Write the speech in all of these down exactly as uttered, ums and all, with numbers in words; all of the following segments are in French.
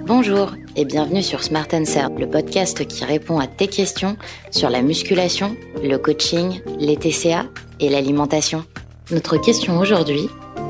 Bonjour et bienvenue sur Smart Answer, le podcast qui répond à tes questions sur la musculation, le coaching, les T C A et l'alimentation. Notre question aujourd'hui: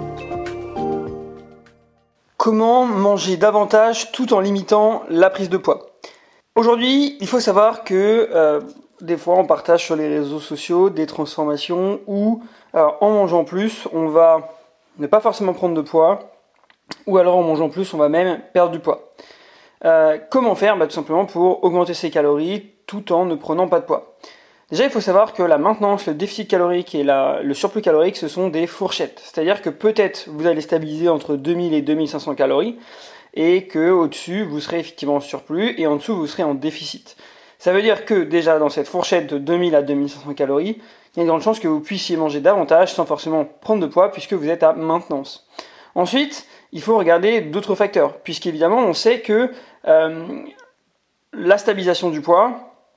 comment manger davantage tout en limitant la prise de poids? Aujourd'hui, il faut savoir que euh, des fois on partage sur les réseaux sociaux des transformations où alors, en mangeant plus, on va ne pas forcément prendre de poids, ou alors en mangeant plus, on va même perdre du poids. Euh, comment faire? Bah, tout simplement pour augmenter ses calories tout en ne prenant pas de poids. Déjà, il faut savoir que la maintenance, le déficit calorique et la, le surplus calorique, ce sont des fourchettes. C'est-à-dire que peut-être vous allez stabiliser entre deux mille et deux mille cinq cents calories et que au-dessus, vous serez effectivement en surplus et en dessous, vous serez en déficit. Ça veut dire que déjà dans cette fourchette de deux mille à deux mille cinq cents calories, il y a une grande chance que vous puissiez manger davantage sans forcément prendre de poids puisque vous êtes à maintenance. Ensuite, il faut regarder d'autres facteurs, puisqu'évidemment on sait que euh, la stabilisation du poids,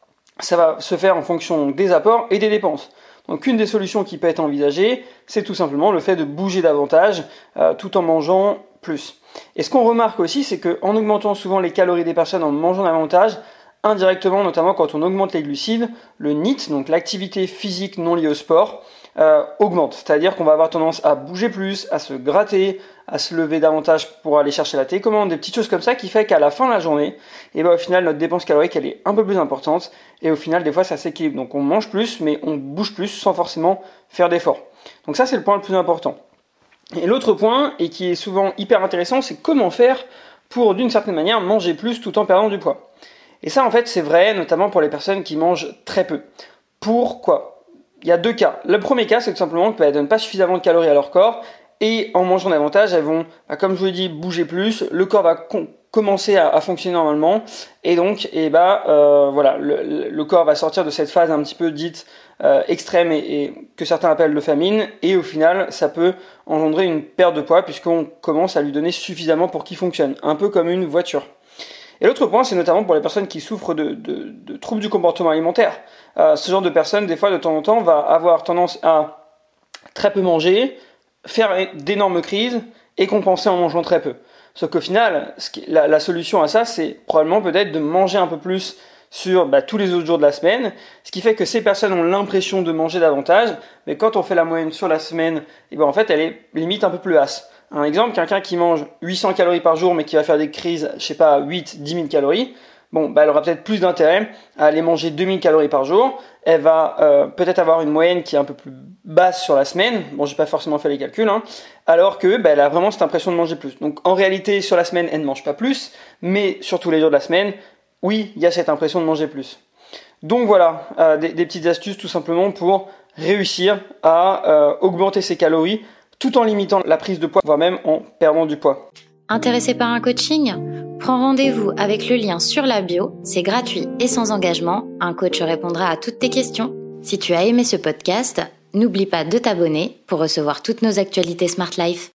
ça va se faire en fonction des apports et des dépenses. Donc une des solutions qui peut être envisagée, c'est tout simplement le fait de bouger davantage euh, tout en mangeant plus. Et ce qu'on remarque aussi, c'est qu'en augmentant souvent les calories des personnes en mangeant davantage, indirectement, notamment quand on augmente les glucides, le N I T, donc l'activité physique non liée au sport, euh, augmente. C'est-à-dire qu'on va avoir tendance à bouger plus, à se gratter, à se lever davantage pour aller chercher la télécommande, des petites choses comme ça qui fait qu'à la fin de la journée, et ben, au final, notre dépense calorique, elle est un peu plus importante et au final, des fois, ça s'équilibre. Donc on mange plus, mais on bouge plus sans forcément faire d'efforts. Donc ça, c'est le point le plus important. Et l'autre point, et qui est souvent hyper intéressant, c'est comment faire pour, d'une certaine manière, manger plus tout en perdant du poids. Et ça, en fait, c'est vrai, notamment pour les personnes qui mangent très peu. Pourquoi? Il y a deux cas. Le premier cas, c'est tout simplement qu'elles ne donnent pas suffisamment de calories à leur corps, et en mangeant davantage, elles vont, bah, comme je vous l'ai dit, bouger plus, le corps va com- commencer à, à fonctionner normalement, et donc, et bah, euh, voilà, le, le corps va sortir de cette phase un petit peu dite euh, extrême, et, et que certains appellent de famine, et au final, ça peut engendrer une perte de poids, puisqu'on commence à lui donner suffisamment pour qu'il fonctionne, un peu comme une voiture. Et l'autre point, c'est notamment pour les personnes qui souffrent de, de, de troubles du comportement alimentaire. Euh, ce genre de personnes, des fois, de temps en temps, va avoir tendance à très peu manger, faire d'énormes crises et compenser en mangeant très peu. Sauf qu'au final, ce qui, la, la solution à ça, c'est probablement peut-être de manger un peu plus sur bah, tous les autres jours de la semaine, ce qui fait que ces personnes ont l'impression de manger davantage, mais quand on fait la moyenne sur la semaine, et ben en fait, elle est limite un peu plus basse. Un exemple, quelqu'un qui mange huit cents calories par jour, mais qui va faire des crises, je sais pas, huit à dix mille calories, bon, bah, elle aura peut-être plus d'intérêt à aller manger deux mille calories par jour. Elle va euh, peut-être avoir une moyenne qui est un peu plus basse sur la semaine. Bon, j'ai pas forcément fait les calculs, hein. Alors que bah, elle a vraiment cette impression de manger plus. Donc en réalité, sur la semaine, elle ne mange pas plus, mais sur tous les jours de la semaine, oui, il y a cette impression de manger plus. Donc voilà, euh, des, des petites astuces tout simplement pour réussir à euh, augmenter ses calories tout en limitant la prise de poids, voire même en perdant du poids. Intéressé par un coaching? Prends rendez-vous avec le lien sur la bio, c'est gratuit et sans engagement, un coach répondra à toutes tes questions. Si tu as aimé ce podcast, n'oublie pas de t'abonner pour recevoir toutes nos actualités Smart Life.